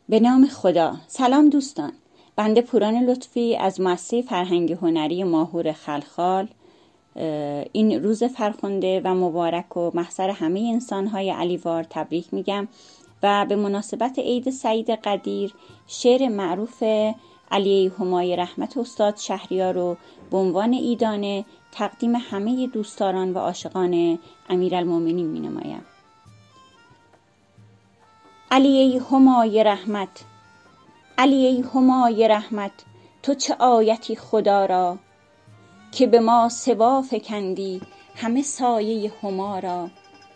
به نام خدا. سلام دوستان، بنده پوران لطفی از مؤسسه فرهنگ هنری ماهور خلخال این روز فرخنده و مبارک و محضر همه انسان‌های علیوار تبریک میگم و به مناسبت عید سعید قدیر شعر معروف علیه همای رحمت استاد شهریار رو به عنوان عیدانه تقدیم همه دوستداران و عاشقان امیرالمومنین می‌نمایم. علیه همای رحمت، علیه همای رحمت، تو چه آیتی خدا را که به ما سوا فکندی همه سایه هما را.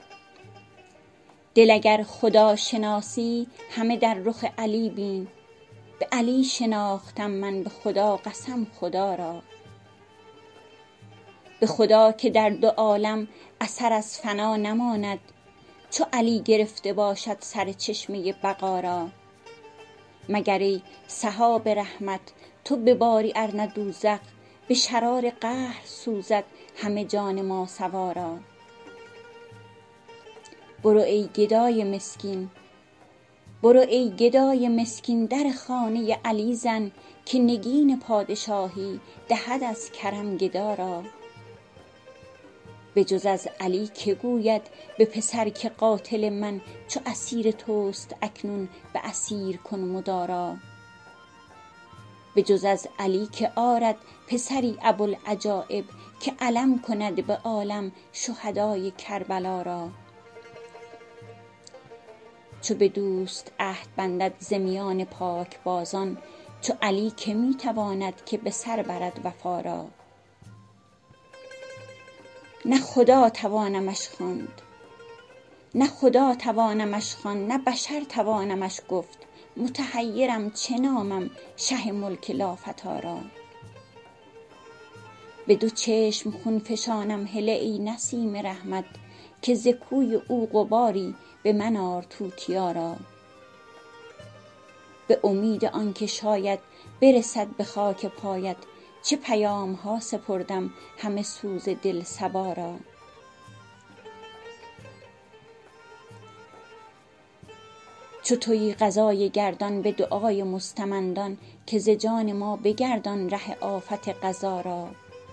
دل اگر خدا شناسی همه در رخ علی بین، به علی شناختم من به خدا قسم خدا را. به خدا که در دو عالم اثر از فنا نماند، چو علی گرفته باشد سر چشمه بقا را. مگر ای سحاب رحمت تو بباری ار نه دوزخ، به شرار قهر سوزد همه جان ما سوارا. برو ای گدای مسکین، برو ای گدای مسکین، در خانه علی زن که نگین پادشاهی دهد از کرم گدا را. به جز از علی که گوید به پسر که قاتل من چو اسیر توست اکنون به اسیر کن مدارا. به جز از علی که آرد پسری ابوالعجایب که علم کند به عالم شهدای کربلا را. چو به دوست عهد بندد ز میان پاکبازان، چو علی که می تواند که به سر برد وفا را. نه خدا توانمش خواند، نه خدا توانمش خواند، نه بشر توانمش گفت، متحیرم چه نامم شه ملک لافتی را. به دو چشم خون فشانم هله ای نسیم رحمت، که ز کوی او غباری به من آر توتیا را. به امید آنکه شاید برسد به خاک پایت، چه پیام ها سپردم همه سوز دل صبا را. چو تویی قضای گردان به دعای مستمندان، که ز جان ما بگردان ره آفت قضا را.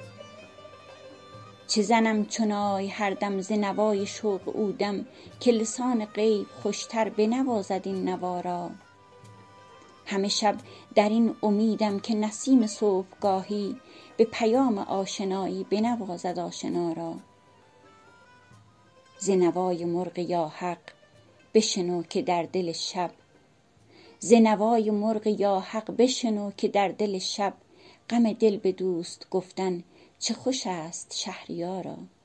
چه زنم چو نای هر دم ز نوای شوق او دم، که لسان غیب خوشتر بنوازد این نوا را. همه شب در این امیدم که نسیم صبحگاهی به پیام آشنایی بنوازد آشنا را. ز نوای مرغ یا حق بشنو که در دل شب، ز نوای مرغ یا حق بشنو که در دل شب غم دل به دوست گفتن چه خوش است شهریارا.